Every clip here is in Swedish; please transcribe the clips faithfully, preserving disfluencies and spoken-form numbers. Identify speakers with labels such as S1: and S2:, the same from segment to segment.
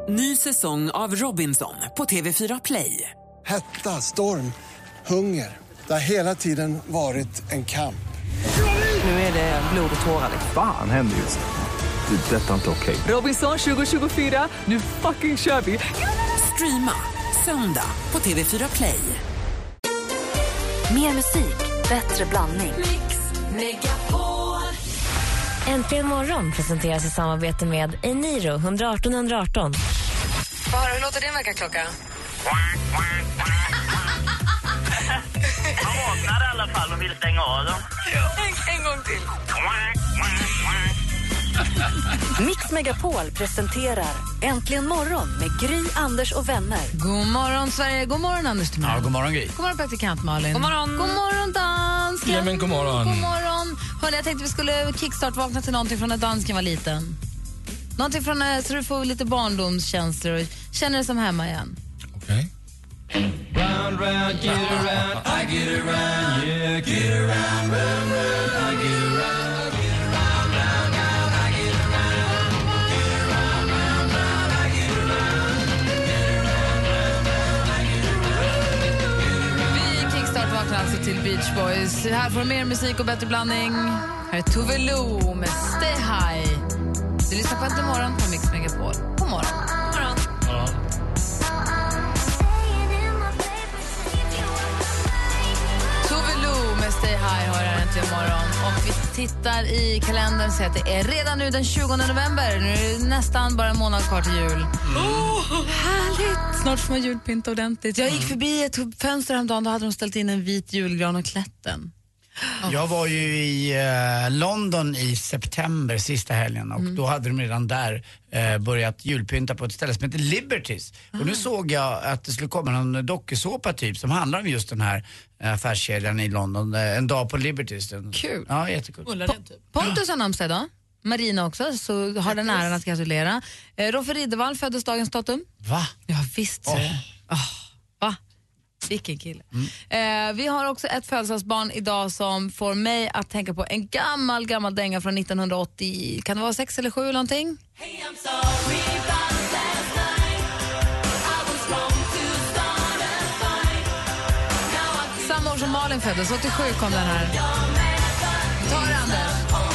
S1: Ny säsong av Robinson på T V fyra Play.
S2: Hetta, storm, hunger. Det har hela tiden varit en kamp.
S1: Nu är det blod och tårar.
S3: Fan händer just det. Det är detta inte okej.
S1: Robinson tjugo tjugofyra, nu fucking kör vi. Streama söndag på T V fyra Play.
S4: Mer musik, bättre blandning. Mix Megapol. Äntligen morgon presenteras i samarbete med Eniro ett ett åtta ett ett åtta.
S5: Bara, hur låter din väckarklocka?
S6: Man vaknar i alla fall och vill stänga av dem.
S5: En, en gång till.
S4: Mix Megapol presenterar Äntligen morgon med Gry, Anders och vänner.
S5: God morgon Sverige, god morgon Anders Timell.
S7: Ja, god morgon Gry.
S5: God morgon praktikant Malin.
S4: God morgon.
S5: God morgon dansken.
S7: Ja, men god morgon.
S5: God morgon. Hörrni, jag tänkte vi skulle kickstart-vakna till någonting från när dansken var liten. Någonting från när, så du får lite barndomstjänster och känner dig som hemma igen.
S7: Okej. Round, round, get around, I get around, yeah, get around, round, round, I get around. Alltså till Beach Boys. Här får mer musik och bättre blandning. Här är Tove Lo med Stay High. Du lyssnar på Äntligen morgon på Mix Megapol. God morgon. God morgon. Ja. Tove Lo med Stay High har här Äntligen morgon. Och vi tittar i kalendern och ser att det är redan nu den tjugonde november. Nu är det nästan bara en månad kvar till jul. Mm. Oh, härligt! Snart får man julpynta ordentligt. Jag gick förbi ett fönster häromdagen, då hade de ställt in en vit julgran och klätt den. Oh.
S8: Jag var ju i uh, London i september, sista helgen, och mm. då hade de redan där uh, börjat julpynta på ett ställe som heter Liberties. Ah. Och nu såg jag att det skulle komma någon dokusåpa typ som handlar om just den här uh, affärskedjan i London. Uh, en dag på Liberties. Den,
S5: kul.
S8: Ja, jättekul.
S5: Po- Pontus har namnsdag då. Marina också, så har den äran att gratulera. Eh, Roffe Riddervall föddes dagens datum.
S8: Va?
S5: Ja, visst. Oh. Oh, va? Vilken kille. Mm. Eh, vi har också ett födelsedagsbarn idag som får mig att tänka på en gammal, gammal dänga från nittonhundraåttio. Kan det vara sex eller sju eller någonting? Hey, I'm sorry about last night. I was wrong to start a fight. Now I... Samma år som Malin föddes, åttiosju kom den här. Ta det, Anders.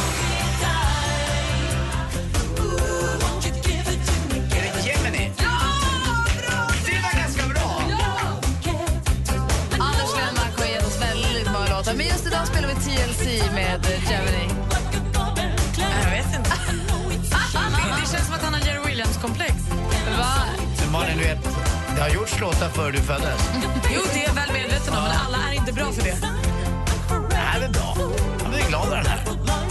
S5: Men just idag spelar vi T L C med Gemini.
S9: Jag vet inte. Det känns som att han har Jerry Williams-komplex.
S5: Va?
S8: Men Malin, du vet, det har gjorts låtar före du föddes.
S9: Jo, det är jag väl medveten om, men alla är inte bra för det.
S8: Det här är bra. Jag blir glad av den här.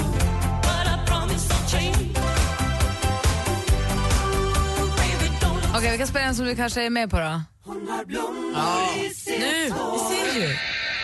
S5: Okej, okay, vi kan spela en som du kanske är med på då.
S9: Ja. Nu, vi ser ju.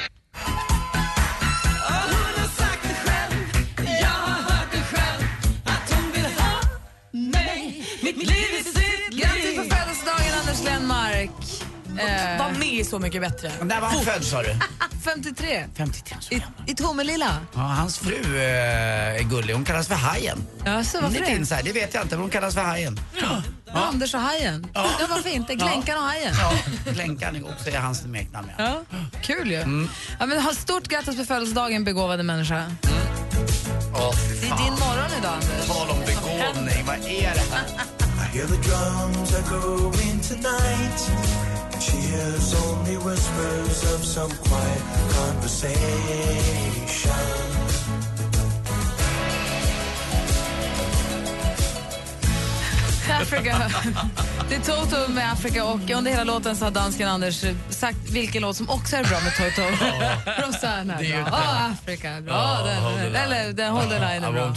S5: Grattis på födelsedagen, Anders Lennmark.
S9: Eh. Var med så mycket bättre.
S8: Och där var han född, sa du?
S5: femtiotre.
S8: femtiotre, så
S5: I, i Tomelilla.
S8: Ja, hans fru eh, är gullig. Hon kallas för Hajen.
S5: Ja, så varför det?
S8: Inside, det vet jag inte, men hon kallas för Hajen.
S5: Ja. Ja. Anders och Hajen. Ja, ja varför inte? Glänkan och Hajen.
S8: Ja, Glänkan är också är hans smeknamn.
S5: Ja. Ja, kul ju. Mm. Ja, men ha stort grattis på födelsedagen, begåvade människa. Mm.
S8: Oh,
S5: det är din morgon idag, Anders.
S8: Tal om begåvning, vad är det här?
S10: I hear the drums are going tonight. She hears only whispers of some quiet conversation.
S5: Africa. Det är Toto med Africa, och under hela låten så har dansken Anders sagt vilken låt som också är bra med Toto. Rosanna är bra. Åh, oh, Africa är bra.
S8: Oh,
S5: den, den, eller den Hold the Line är bra.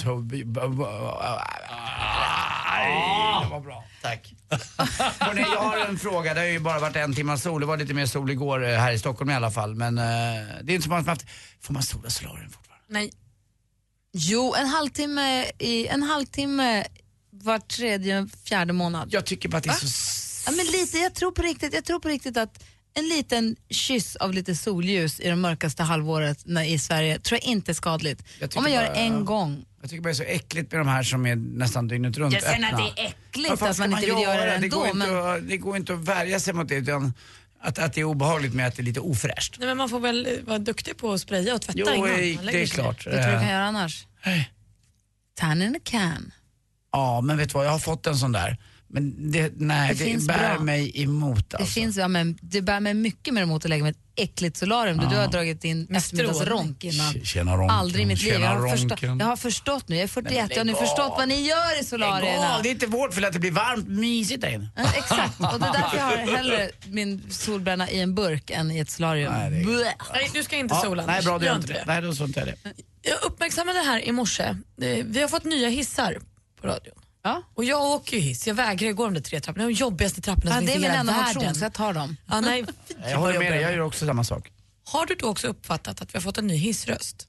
S8: Det var bra, tack. Hörrni, jag har en fråga. Det har ju bara varit en timme sol. Det var lite mer sol igår här i Stockholm i alla fall. Men uh, det är inte så många som haft... Får man sola solarium fortfarande?
S5: Nej. Jo, en halvtimme i en halvtimme var tredje, fjärde månad.
S8: Jag tycker bara att det är så...
S5: Ja, men lite, jag tror på riktigt, jag tror på riktigt att en liten kyss av lite solljus i det mörkaste halvåret när, i Sverige tror jag inte är skadligt. Om man gör det en gång.
S8: Jag tycker bara det är så äckligt med de här som är nästan dygnet runt
S5: öppna. Jag säger att det är äckligt att man inte vill göra det ändå.
S8: Det går,
S5: men...
S8: inte, det går inte att värja sig mot det utan att, att det är obehagligt med att det är lite ofräscht.
S9: Nej, men man får väl vara duktig på att spraya och tvätta
S8: jo,
S9: innan.
S8: Jo, det är klart.
S5: Vet du vad du kan göra annars?
S8: Hey.
S5: Tan in a can.
S8: Ja, men vet du vad? Jag har fått en sån där. Men det, nej, det, det bär bra. mig emot alltså.
S5: Det finns, ja, men det bär mig mycket mer emot att lägga med ett äckligt solarium. Ja. Du har dragit in eftermiddagsronk innan.
S8: Tjena ronken.
S5: Aldrig i mitt liv. Jag har, förstå, jag har förstått nu, jag är fyrtioett, jag har nu förstått vad ni gör i solarierna.
S8: Det är inte vårt för att det blir varmt mysigt där inne.
S5: Ja, exakt, och det är därför jag har hellre min solbränna i en burk än i ett solarium.
S9: Nej, det... nej du ska inte
S8: ja,
S9: sola.
S8: Nej, bra, du gör inte det. Nej, då sånt är det.
S9: Jag uppmärksammade det här i morse. Vi har fått nya hissar på radion.
S5: Ja.
S9: Och jag åker ju hiss, jag vägrar gå de där tre trapporna. De jobbigaste trapporna
S5: ja,
S9: som finns i hela världen.
S5: Det är min enda motion, så jag tar dem.
S9: Ja, nej,
S8: jag håller med dig, jag gör också samma sak.
S9: Har du då också uppfattat att vi har fått en ny hissröst?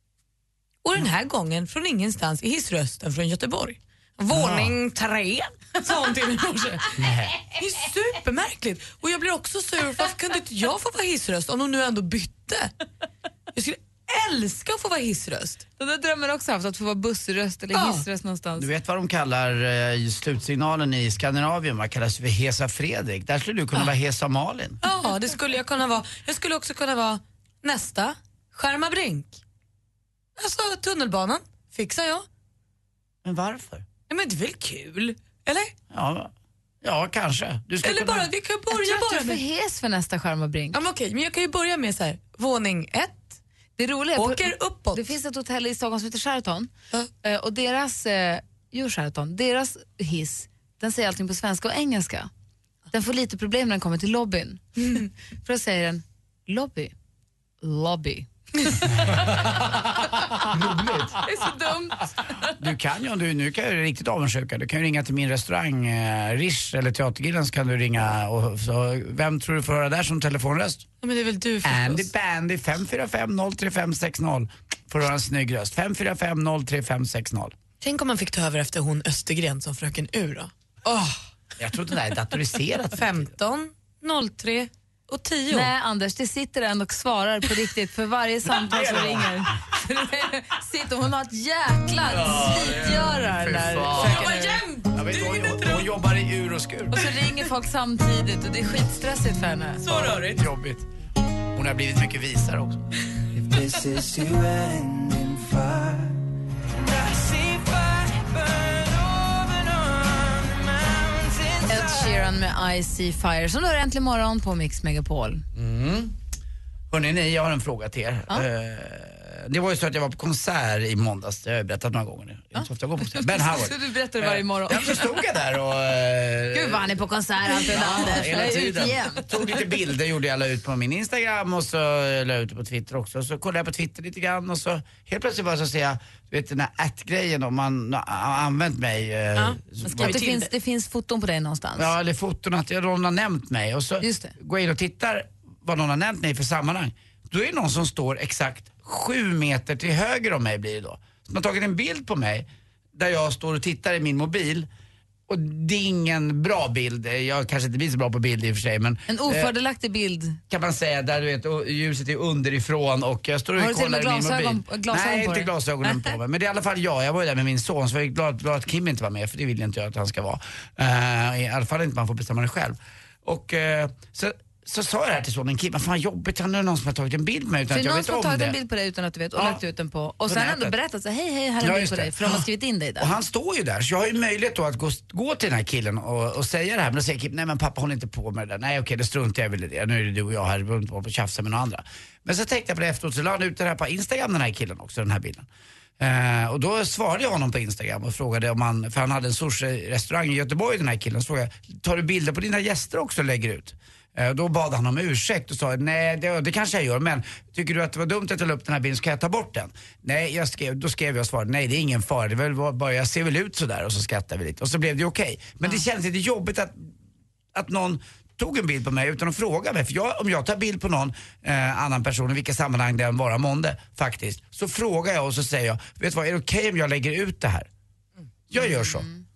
S9: Och den här gången från ingenstans är hissrösten från Göteborg. Våning tre, sa hon till mig i morse. Det är supermärkligt. Och jag blir också sur, varför kunde inte jag få vara hissröst om de nu ändå bytte? Jag skulle älskar att få vara hissröst.
S5: Den där drömmen också haft, att få vara bussröst eller ja. hissröst någonstans.
S8: Du vet vad de kallar eh, slutsignalen i Skandinavien, man kallas för Hesa Fredrik. Där skulle du kunna ja. vara Hesa Malin.
S9: Ja, det skulle jag kunna vara. Jag skulle också kunna vara nästa Skärma Brink. Alltså tunnelbanan fixar jag.
S8: Men varför?
S9: Ja, men det är väl kul, eller?
S8: Ja, ja kanske. Du ska
S9: eller
S8: kunna...
S9: bara, vi kan börja
S5: jag
S9: bara
S5: tror
S9: med...
S5: att du är för hes för nästa Skärma Brink.
S9: Ja, men okej, men jag kan ju börja med så här, våning ett.
S5: Det roliga
S9: åker uppåt.
S5: Det finns ett hotell i Stockholm som heter Sheraton.
S9: Uh.
S5: Och deras eh, jo, Sheraton, deras hiss, den säger allting på svenska och engelska. Den får lite problem när den kommer till lobbyn. Mm. För då säger den lobby. Lobby.
S8: Roligt.
S5: Det är så dumt.
S8: Du kan ju, du, nu kan jag riktigt avundsjuka. Du kan ju ringa till min restaurang eh, Rish eller Teatergillen, så kan du ringa och så, vem tror du får höra där som telefonröst?
S9: Ja, men det är väl du förstås.
S8: Andy Bandy fem fyra fem noll tre fem sex noll. Får höra en snygg röst. fem fyra fem noll tre fem sex noll.
S9: Tänk om man fick ta över efter hon Östergren som fröken Ur då.
S8: Oh, jag tror det där är datoriserat.
S9: femton noll tre och tio.
S5: Nej Anders, det sitter en och svarar på riktigt för varje samtal som ringer. Sitter hon har ett jäkla slitgörare där.
S8: Jag vet, hon, hon jobbar i ur och skur.
S5: Och så ringer folk samtidigt och det är skitstressigt för henne.
S9: Så rörigt.
S8: Jobbigt. Hon har blivit mycket visare också.
S5: Ed Sheeran med I See Fire som då är äntligen morgon på Mix Megapol.
S8: Mm. Hörrni, ni, jag har en fråga till er. Ja. Uh, det var ju så att jag var på konsert i måndags. Det har jag berättat några gånger nu. Ja. Jag går på konsert. Ben Howard.
S5: Så du berättar det varje morgon.
S8: Uh, ja, så stod jag där och... Uh,
S5: Gud vad han är på konsert, Anton
S8: ja,
S5: Anders.
S8: hela
S5: Jag är
S8: tiden.
S5: ut igen.
S8: Tog lite bilder, gjorde jag, la ut på min Instagram och så la ut på Twitter också. Så kollade jag på Twitter lite grann och så helt plötsligt var det så att säga, du vet den här att-grejen, om man har använt mig.
S5: Ja, så det, finns, det finns foton på dig någonstans.
S8: Ja, eller foton att någon har nämnt mig. Och så går jag in och tittar vad någon har nämnt mig för sammanhang. Då är det någon som står exakt sju meter till höger om mig blir det då. Som har tagit en bild på mig där jag står och tittar i min mobil. Och det är ingen bra bild. Jag kanske inte blir så bra på bild i och för sig. Men,
S5: en ofördelaktig eh, bild.
S8: Kan man säga, där du vet, och ljuset är underifrån och jag står och
S5: har
S8: kollar i min mobil.
S5: Glasögon
S8: Nej,
S5: på
S8: inte
S5: dig?
S8: glasögonen på mig. Men det är i alla fall jag. Jag var ju där med min son, så jag är glad, glad att Kim inte var med, för det vill jag inte att han ska vara. Uh, I alla fall inte man får bestämma det själv. Och uh, så... Så sa jag det här till sonen, Kim, fan jobbigt, han är någon som har tagit en bild på mig utan att jag vet om det.
S5: För någon som har tagit en bild på dig utan att du vet och ja. lagt ut den på. Och sen ändå berättat så hej, hej, här är en bild på dig. För de har skrivit in dig där.
S8: Och han står ju där, så jag har ju möjlighet då att gå, gå till den här killen och, och säga det här. Men då säger Kim, nej men pappa håller inte på med det där. Nej okej, det struntar jag väl i det. Nu är det du och jag här runt på och tjafsa med några andra. Men så tänkte jag på det efteråt, så la han ut det här på Instagram, den här killen också, den här bilden. Uh, och då svarade jag honom på Instagram och frågade om han, för han hade en sushi-restaurang i Göteborg, den här killen, så frågade jag, tar du bilder på dina gäster också och lägger ut? Uh, då bad han om ursäkt och sa, nej det, det kanske jag gör, men tycker du att det var dumt att jag la upp den här bilden, så kan jag ta bort den? Nej, jag skrev, då skrev jag och svarade, nej det är ingen fara, det var bara, jag ser väl ut sådär, och så skrattade vi lite och så blev det okej. Okay. Men ja. Det känns lite jobbigt att, att någon tog en bild på mig utan att fråga mig. För jag, om jag tar bild på någon eh, annan person i vilka sammanhang det än vara månde faktiskt, så frågar jag och så säger jag, vet du vad, är det okej okay om jag lägger ut det här? Jag gör så.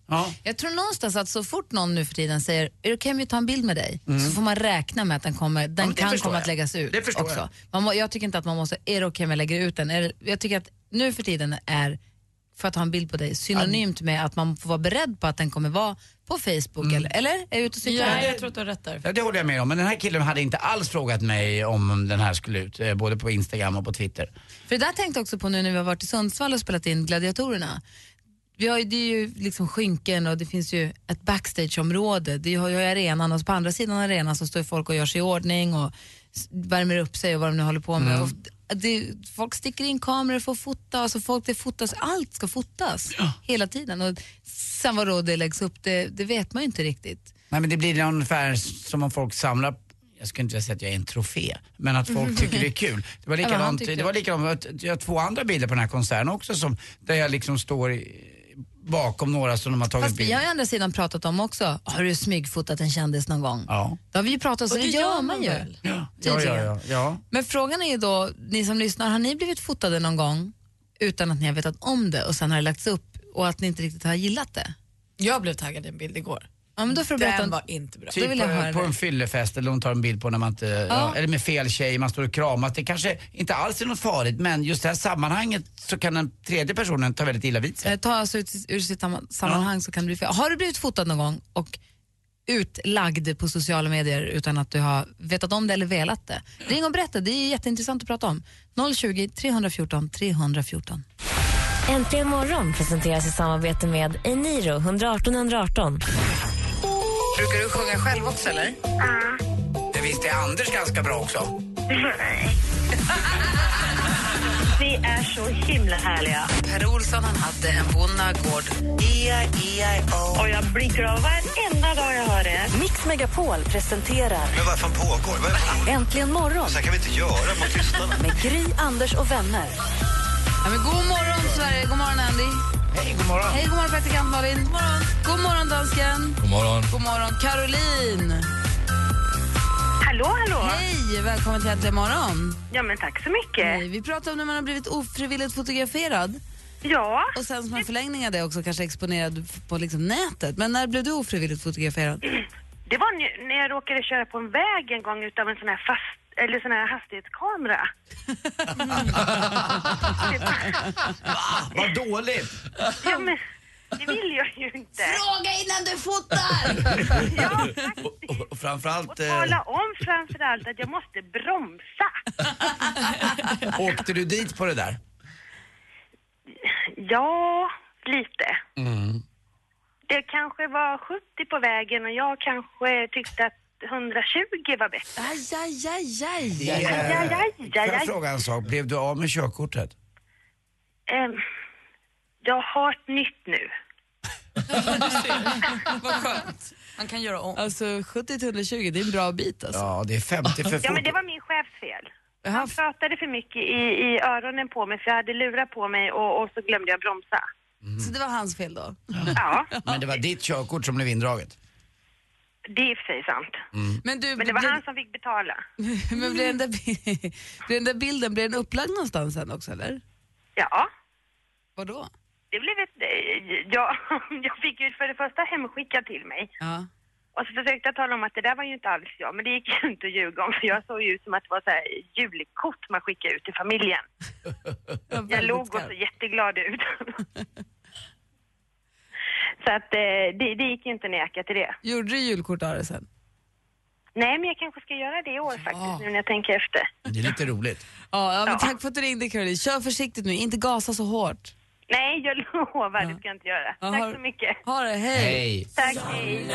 S8: Ja.
S5: Jag tror någonstans att så fort någon nu för tiden säger, är det okej om jag tar en bild med dig?
S8: Mm.
S5: Så får man räkna med att den, kommer, den
S8: Ja,
S5: kan komma
S8: jag.
S5: att läggas ut
S8: det förstår
S5: också.
S8: Jag.
S5: Man må, jag tycker inte att man måste, är det okej om jag lägger ut den? Är det, jag tycker att nu för tiden är, för att ha en bild på dig, synonymt med att man får vara beredd på att den kommer vara på Facebook. Mm. Eller, eller? Är jag ute och cyklar?
S9: Ja, jag tror att du har rätt där.
S8: Ja, det håller jag med om. Men den här killen hade inte alls frågat mig om den här skulle ut. eh, Både på Instagram och på Twitter.
S5: För det där tänkte jag också på nu när vi har varit i Sundsvall och spelat in Gladiatorerna. Vi har ju, det är ju liksom skynken och det finns ju ett backstageområde. Det har ju arenan och på andra sidan arenan så står folk och gör sig i ordning och s- värmer upp sig och vad de nu håller på med.
S8: Mm.
S5: Och det, folk sticker in kameror för att fota, alltså folk det fotas, allt ska fotas
S8: Ja.
S5: hela tiden. Och sen vad då det läggs upp, det, det vet man ju inte riktigt.
S8: Nej, men det blir ungefär som om folk samlar, jag skulle inte säga att jag är en trofé, men att folk tycker det är kul. Det var
S5: Ja, men han
S8: likadant,
S5: tyckte-
S8: det var likadant, jag har två andra bilder på den här konserten också som, där jag liksom står i, bakom några som de har tagit
S5: Fast vi
S8: bilder.
S5: har ju andra sidan pratat om också, har du smygfotat en kändis någon gång?
S8: Ja.
S5: Det har vi ju pratat om, så
S9: Och
S5: det,
S9: det
S5: gör
S9: gör
S5: man
S9: man
S5: ju.
S9: väl?
S8: Ja, ja, ja, ja, ja.
S5: Men frågan är ju då, ni som lyssnar, har ni blivit fotade någon gång utan att ni har vetat om det och sen har det lagts upp och att ni inte riktigt har gillat det?
S9: Jag blev taggad i en bild igår.
S5: Ja, men då får du berätta.
S9: Den var inte bra.
S5: Då
S8: Typ
S5: vill jag
S8: på,
S5: höra
S8: på
S5: det.
S8: en fyllefest eller de tar en bild på när man inte, ja. eller med fel tjej, man står och kramas. Det kanske inte alls är något farligt, men just det här sammanhanget så kan den tredje personen ta väldigt illa vid sig.
S5: Eh, Ta alltså ut ur sitt samman- sammanhang så kan det bli fel. Har du blivit fotad någon gång och utlagd på sociala medier utan att du har vetat om det eller velat det? Ring och berätta, det är jätteintressant att prata om. noll tjugo, tre fjorton, tre fjorton.
S4: Äntligen morgon presenteras i samarbete med Eniro ett ett åtta ett ett åtta.
S5: Brukar du sjunga själv också eller?
S8: Det visste Anders ganska bra också.
S11: Ni är så himla härliga.
S5: Per Olsson han hade en bonnagård.
S11: E I E I O. Och jag blir glad varenda dag jag hör det.
S4: Mix Megapol presenterar
S10: Men vad fan pågår? Vad är det?
S4: Äntligen morgon
S10: Så här kan vi inte göra mot tystarna.
S4: med Gry, Anders och vänner.
S5: Ja, men god morgon Sverige, god morgon Andy.
S8: Hej, god morgon.
S5: Hej, god morgon praktikant Malin. God morgon, god morgon dansken.
S3: God morgon.
S5: God morgon Caroline.
S11: Hallå, hallå.
S5: Hej, välkommen till Äntligen morgon.
S11: Ja, men tack så mycket.
S5: Hej, vi pratar om när man har blivit ofrivilligt fotograferad.
S11: Ja,
S5: Och sen som en förlängning av det också kanske exponerad på liksom nätet. Men när blev du ofrivilligt fotograferad?
S11: det var nu- när jag råkade köra på en väg en gång utav en sån här fast eller sån här hastighetskamera.
S8: Vad dåligt.
S11: Ja, men det vill jag ju inte.
S5: Fråga innan du fotar!
S11: Ja,
S8: Och,
S11: faktiskt.
S8: och, och framförallt,
S11: Och
S8: eh,
S11: tala om framförallt att jag måste bromsa.
S8: åkte du dit på det där?
S11: Ja, lite.
S8: Mm.
S11: Det kanske var sjuttio på vägen och jag kanske tyckte att hundratjugo var bättre.
S5: Aj, aj, aj, aj.
S8: Eh,
S11: aj, aj, aj,
S8: Får jag
S11: aj.
S8: fråga en sak? Blev du av med körkortet?
S11: Ehm, jag har ett nytt nu.
S9: Vad skönt. Man kan göra om.
S5: Alltså sjuttio till hundratjugo, det är en bra bit alltså.
S8: Ja, det är femtio för fort.
S11: Ja, men det var min chefs fel.
S5: Jaha.
S11: Han pratade för mycket i, i öronen på mig för jag hade lurat på mig och, och så glömde jag bromsa.
S5: Så det var hans fel då?
S11: Ja,
S8: Men det var ditt körkort som blev indraget.
S11: det är i och för sig sant.
S5: Men, du,
S11: Men det var
S5: blev,
S11: han som fick betala.
S5: men blev, den där, bi- blev den där bilden, blev den upplagd någonstans sen också eller?
S11: Ja,
S5: Vadå?
S11: det blev ett... eh, Ja, jag fick ju för det första hemskickat till mig.
S5: Ja.
S11: Och så försökte jag tala om att det där var ju inte alls jag. Men det gick ju inte att ljuga om. För jag såg ju ut som att det var så här julkort man skickade ut till familjen. Jag låg och så jätteglad ut. Så att eh, det, det gick ju inte att neka till det.
S5: Gjorde du julkort av det sen?
S11: Nej, men jag kanske ska göra det i år faktiskt, nu när jag tänker efter.
S8: Det är lite roligt.
S5: Ja, ja men
S11: Ja.
S5: tack för att du ringde Caroline. Kör försiktigt nu, inte gasa så hårt.
S11: Nej, jag lovar, det ska jag inte göra.
S5: Ja,
S11: Tack
S5: har-
S11: så mycket.
S5: Ha det, hej.
S8: Hej.
S11: Tack, hej.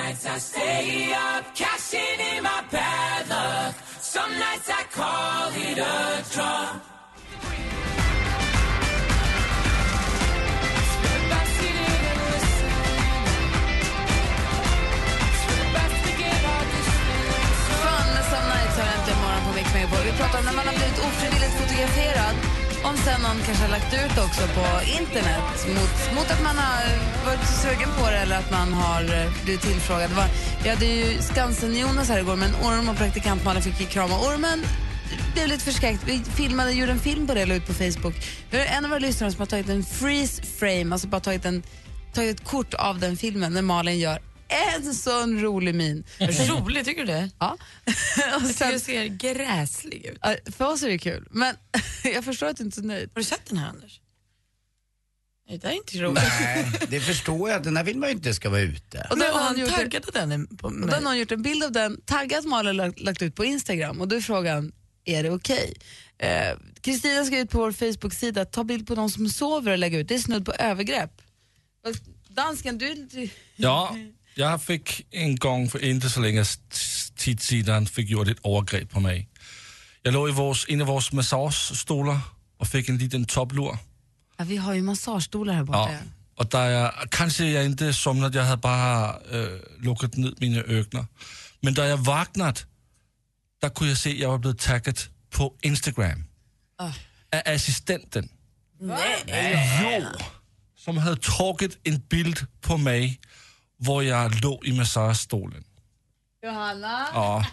S5: Fun med Some Nights har äntligen morgon på Mix Megapol. Vi pratar om när man har blivit ofrivilligt fotograferad. Om sen någon kanske har lagt ut också på internet mot, mot att man har varit sugen på det eller att man har eh, blivit tillfrågad. Det var, vi hade ju Skansen-Jonas här igår med en orm och praktikant Malin fick ju krama ormen. Det blev lite förskräckt. Vi filmade, gjorde en film på det och la ut på Facebook. Vi har en av våra lyssnare som har tagit en freeze frame, alltså bara tagit en tagit ett kort av den filmen när Malin gör en sån rolig min.
S9: Rolig, tycker du det?
S5: Ja.
S9: Och sen, jag ser gräslig ut.
S5: För oss är det kul, men jag förstår att du inte är så nöjd.
S9: Har du sett den här, Anders? Nej, det är inte roligt.
S8: Nej, det förstår jag. Den här vill man ju inte ska vara ute.
S5: Och den
S9: har
S5: han
S9: han
S5: taggat
S9: den på mig.
S5: Och den har gjort en bild av den, taggat Malin lagt, lagt ut på Instagram. Och då är frågan, är det okej? Kristina eh, ska ut på vår Facebook-sida, ta bild på de som sover och lägga ut. Det är snudd på övergrepp. Dansken, du...
S12: Ja, jag fick en gång för inte så länge tid sedan fick gjort ett övergrepp på mig. Jag låg i vårs, en av våra massagestolar och fick en liten topplur.
S5: Ja, vi har ju massagestolar här borta.
S12: Ja, och där jag, kanske jag inte somnade, jag hade bara äh, lukat ner mina ögon. Men där jag vaknat, där kunde jag se att jag var blivit taggad på Instagram. Oh. Av assistenten.
S9: Nej.
S12: Jo, som hade tagit en bild på mig var jag låg i massagestolen.
S5: Johanna?
S12: Ja.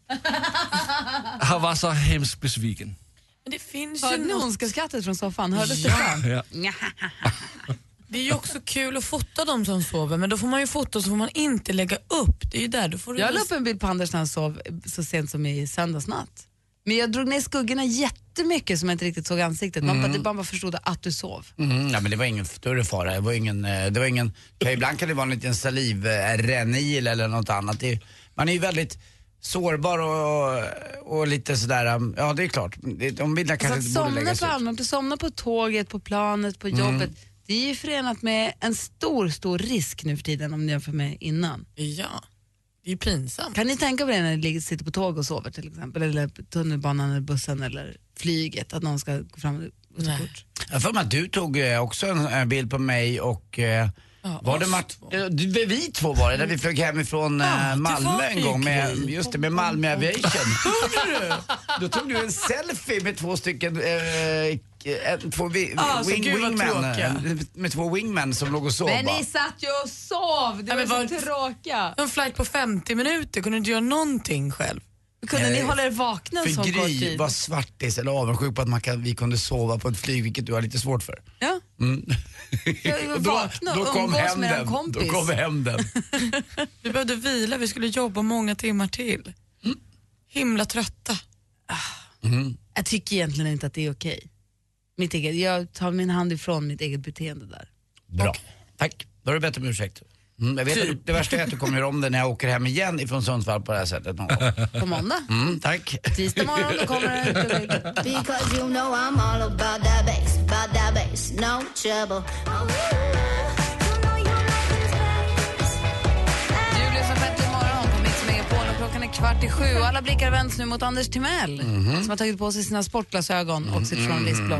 S12: Jag var så hemskt besviken.
S9: Men det finns
S5: Hörde
S9: ju
S5: ni
S9: något...
S5: hon ska skrattet från soffan? Hördes det
S12: Ja.
S5: fram?
S12: Ja.
S9: Det är ju också kul att fota dem som sover, men då får man ju fota så får man inte lägga upp. Det är ju där du får...
S5: Jag la upp en bild på Anders när han sov så sent som i söndagsnatt. Men jag drog ner skuggorna jättemycket som jag inte riktigt såg ansiktet. Man
S8: Mm.
S5: bara, man bara förstod att du sov.
S8: Mm, ja, men det var ingen större fara. Det var ingen, det var ingen, ibland kan det vara en liten salivrännil eller något annat. Det, man är ju väldigt sårbar och, och lite sådär, ja det är klart. De bilderna kanske
S5: alltså,
S8: inte borde läggas
S5: på
S8: ut.
S5: allmänt, att somna på tåget, på planet, på jobbet.
S8: Mm.
S5: Det är ju förenat med en stor, stor risk nu för tiden om ni jämför med innan.
S9: Ja, det är ju pinsamt.
S5: Kan ni tänka på det när ni sitter på tåg och sover till exempel? Eller på tunnelbanan eller bussen eller flyget, att någon ska gå fram och ta kort?
S8: Jag får mig att du tog eh, också en, en bild på mig och eh,
S9: ja,
S8: var det Mart- eh, du, vi två var det, där vi flög hemifrån eh,
S9: ja,
S8: Malmö en gång med,
S9: grej.
S8: just det, med Malmö Aviation. Då tog du en selfie med två stycken eh, en, två vi,
S9: ah,
S8: wing,
S9: gud,
S8: wingmen eh, med två wingmen som låg och sov.
S5: Men
S8: bara.
S5: ni satt ju och sov, det
S9: Ja,
S5: var
S9: men
S5: så
S9: var-
S5: tråkiga.
S9: En flight på femtio minuter, kunde du inte göra någonting själv?
S5: Kunde
S8: Nej.
S5: ni hålla er vakna en
S8: För
S5: sån kort
S8: Gry
S5: tid?
S8: var svartis eller avundsjuk på att man kan, vi kunde sova på ett flyg, vilket du har lite svårt för.
S5: Ja.
S8: Mm.
S5: Jag var
S8: Och då,
S5: vakna och
S8: då kom
S5: umgås
S8: hem
S5: med en
S8: den.
S5: kompis.
S8: Då kom hem den.
S9: Vi behövde vila, vi skulle jobba många timmar till.
S8: Mm.
S9: Himla trötta.
S8: Mm.
S5: Jag tycker egentligen inte att det är okej. Mitt eget, jag tar min hand ifrån mitt eget beteende där.
S8: Bra, tack. Då har du bett om ursäkt. Mm, jag vet att det värsta är att du kommer göra om det när jag åker hem igen ifrån Sundsvall på det här sättet någon gång.
S5: På måndag.
S8: Mm, tack.
S5: Tisdag morgon då kommer det.
S13: Because you know I'm all about that bass, about that bass, no trouble.
S5: Julius och Petter morgon på Mix Megapol och klockan är kvart i sju. Alla blickar vänds nu mot Anders Timell
S8: Mm-hmm.
S5: som har tagit på sig sina sportglasögon och sitt journalistblock.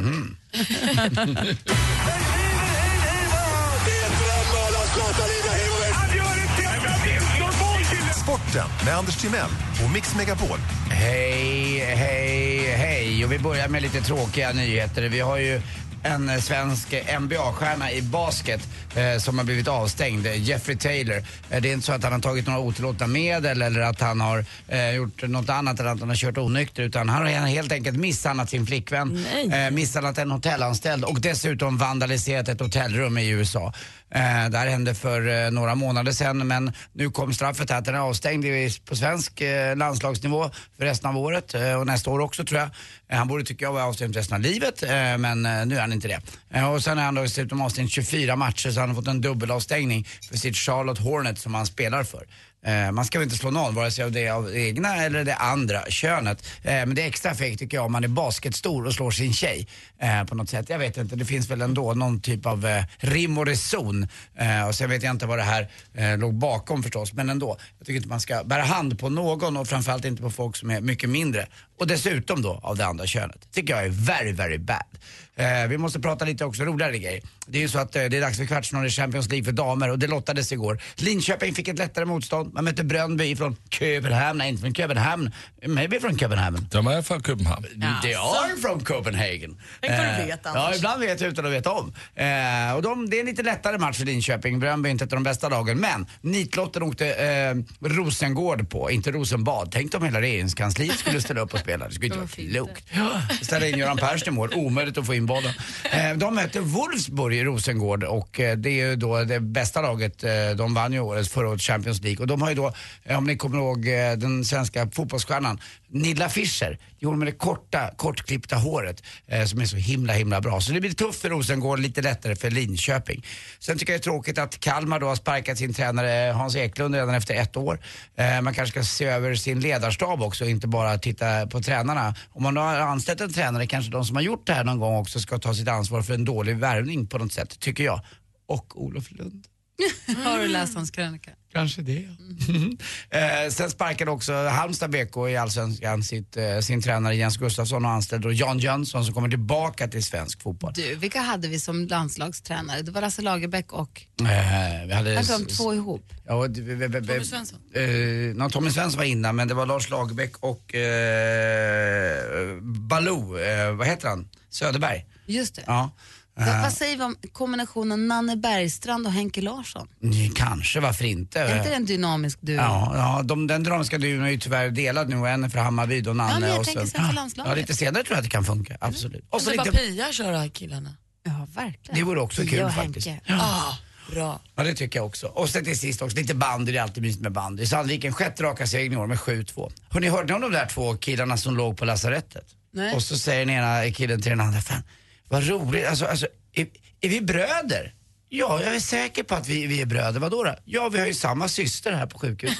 S14: Sporten med Anders Timell och Mix Megapol.
S8: Hej, hej, hej. Och vi börjar med lite tråkiga nyheter. Vi har ju en svensk N B A-stjärna i basket eh, som har blivit avstängd, Jeffrey Taylor. Eh, det är inte så att han har tagit några otillåtna medel eller att han har eh, gjort något annat eller att han har kört onykter, utan han har helt enkelt misshandlat sin flickvän, eh, misshandlat en hotellanställd och dessutom vandaliserat ett hotellrum i U S A. Eh, det här hände för eh, några månader sedan, men nu kom straffet här att den är avstängd på svensk eh, landslagsnivå för resten av året eh, och nästa år också tror jag. Eh, han borde tycka jag var avstängd resten av livet, eh, men eh, nu är han inte det. Eh, och sen är han då dessutom avstängd tjugofyra matcher, så han har fått en dubbelavstängning för sitt Charlotte Hornets som han spelar för. Eh, man ska väl inte slå någon, vare sig av det av egna eller det andra könet. Eh, men det är extra fegt tycker jag om man är basketstor och slår sin tjej eh, på något sätt. Jag vet inte, det finns väl ändå någon typ av eh, rim och reson. Eh, och sen vet jag inte vad det här eh, låg bakom förstås, men ändå. Jag tycker inte man ska bära hand på någon och framförallt inte på folk som är mycket mindre. Och dessutom då av det andra könet. Tycker jag är very, very bad. Eh, vi måste prata lite också roligare grejer. Det är ju så att eh, det är dags för kvartsfinal i Champions League för damer och det lottades igår. Linköping fick ett lättare motstånd. Man mötte Brøndby från Köpenhamn, nej inte från Köpenhamn, maybe från Köpenhamn.
S12: De är från Köpenhamn.
S8: They are from Copenhagen.
S9: Tänk vad du vet, Anders.
S8: Ja, ibland vet jag utan att veta om. Eh, och de, det är en lite lättare match för Linköping. Brøndby är inte ett av de bästa lagen, men nitlotten åkte eh, Rosengård på, inte Rosenbad. Tänk om hela regeringskansliet skulle ställa upp och spela. Det skulle inte vara klokt. Ställa in Göran Persson i mål, omöjligt att få in bollen. Eh, de möter Wolfsburg i Rosengård och eh, det är ju då det bästa laget. Eh, de vann ju året förra året Champions League och de har ju då, eh, om ni kommer ihåg eh, den svenska fotbollsstjärnan Nilla Fischer, gjorde med det korta, kortklippta håret eh, som är så himla himla bra. Så det blir tufft för Rosengård, lite lättare för Linköping. Sen tycker jag det är tråkigt att Kalmar då har sparkat sin tränare Hans Eklund redan efter ett år. Eh, man kanske ska se över sin ledarstab också, inte bara titta på tränarna. Om man har anställt en tränare, kanske de som har gjort det här någon gång också ska ta sitt ansvar för en dålig värvning på något sätt, tycker jag. Och Olof Lund.
S5: Har du läst hans krönika?
S8: Kanske det. Mm. eh, sen sparkade också Halmstad B K i Allsvenskan sitt, eh, sin tränare Jens Gustafsson och anställde Jan Jönsson som kommer tillbaka till svensk fotboll.
S5: Du, vilka hade vi som landslagstränare? Det var Lasse Lagerbäck och...
S8: Eh, vi hade...
S5: Jag de två ihop.
S8: Ja, d- b- b- b-
S5: Tommy Svensson?
S8: Eh, no, Tommy Svensson var innan, men det var Lars Lagerbäck och eh, Baloo, eh, vad heter han? Söderberg.
S5: Just det.
S8: Ja.
S5: Va, vad säger vi om kombinationen Nanne Bergstrand och Henke Larsson?
S8: Kanske, varför inte?
S5: Är inte det en dynamisk duo?
S8: Ja, ja de, den dynamiska duon är ju tyvärr delad nu och en är för Hammarby och Nanne.
S5: Ja, men jag
S8: och
S5: tänker
S8: så,
S5: sen för landslaget.
S8: Ja, lite senare tror jag att det kan funka, absolut.
S9: Mm. Och så bara Pia köra killarna.
S5: Ja, verkligen.
S8: Det vore också
S5: Pia
S8: kul
S5: och
S8: faktiskt.
S5: Henke.
S8: Ja.
S9: Ah, bra.
S8: Ja, det tycker jag också. Och sen till sist också, lite bandy, det är alltid mysigt med bandy. Sandviken sjätte raka segern i år med sju två. Hörrni, hörde ni om de där två killarna som låg på lasarettet?
S5: Nej.
S8: Och så säger den ena killen till den andra, fan, vad roligt, alltså, alltså är, är vi bröder? Ja, jag är säker på att vi, vi är bröder. Vadå då? Ja, vi har ju samma syster här på sjukhuset.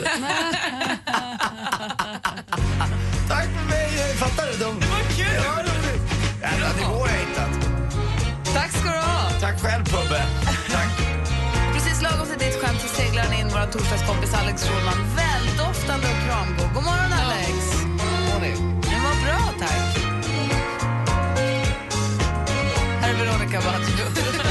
S8: Tack för mig, fattar du? De... Det var kul! Ja, roligt. Jävla nivå jag hittat.
S5: Tack ska du ha.
S8: Tack själv, Pubbe. Tack.
S5: Precis lagom till ditt skämt så seglar han in vår torsdagskompis Alex Schulman. Väldoftande och kramgod. God morgon, Alex.
S8: God morgon.
S5: Det var bra, tack. Här är Veronica Baggio.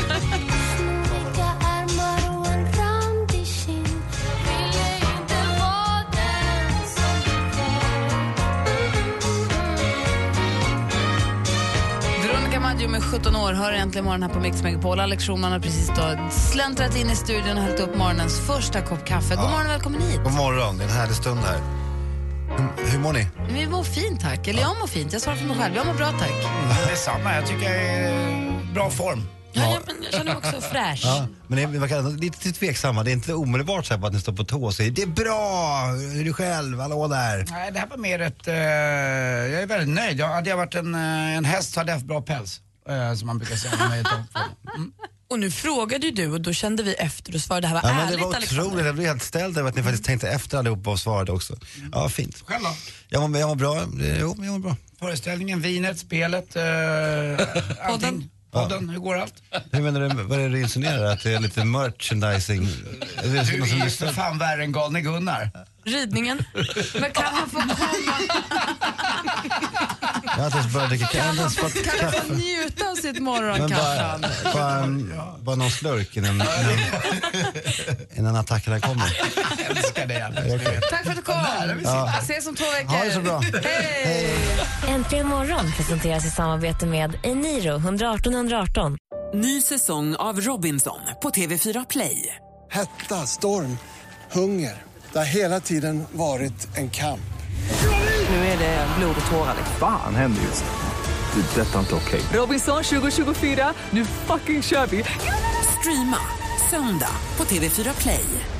S5: Maggio med sjutton år hör äntligen morgon här på Mix Megapol. Alex Schulman har precis då släntrat in i studion och hällt upp morgonens första kopp kaffe. God
S15: Ja.
S5: morgon och välkommen hit.
S15: God morgon, det är en härlig stund här. Hur, hur mår ni?
S5: Vi mår fint, tack. Eller jag mår fint, jag svarar för mig själv. Jag mår bra, tack.
S8: Mm, det är samma, jag tycker jag är bra form.
S9: Ja, ja, men jag känner mig också fräsch.
S15: Ja, men det, vi verkar lite tveksamma. Det är inte omedelbart så här på att ni står på tå och säger det är bra, hur är du själv, hallå där.
S8: Nej, det här var mer ett... Uh, jag är väldigt nöjd. Jag, hade jag varit en, uh, en häst så hade jag haft bra päls. Uh, som man brukar säga. Mm.
S9: Och nu frågade ju du och då kände vi efter och svarade det här var
S15: Ja, men
S9: ärligt,
S15: det var
S9: Alexander.
S15: otroligt, jag blev helt ställd över att ni faktiskt tänkte efter allihopa och svarade också. Ja, fint.
S8: Själv då?
S15: Jag mår, jag mår bra, jo men jag mår bra.
S8: Föreställningen, vinet, spelet, uh, allting. Podden, hur går allt?
S15: Hur menar du, vad är det du insinuerar? Att det är lite merchandising? Är det någon som
S8: Du är
S15: lyssnar?
S8: för fan värre än galne Gunnar.
S9: Ridningen.
S5: Men kan han få komma?
S15: Jag har inte ens börjat dricka, jag har inte ens fått
S5: Kan han få
S15: kaffe.
S5: njuta av sitt
S15: Men
S5: morgonkaffe?
S15: bara, bara, en, bara någon slurk innan, innan, innan attackerna kommer.
S8: Jag älskar det.
S15: Okay.
S5: Tack för att du kom.
S15: Ja.
S5: Ses om två veckor.
S15: Ha det så bra.
S5: Hej!
S4: Äntligen morgon presenteras i samarbete med Eniro ett ett åtta ett åtta.
S1: Ny säsong av Robinson på T V fyra Play.
S2: Hetta, storm, hunger. Det har hela tiden varit en kamp.
S1: Nu är det blod och tårar.
S3: Fan händer just det. Det är detta inte okej.
S1: Robinson tjugo tjugofyra, nu fucking kör vi. Streama söndag på T V fyra Play.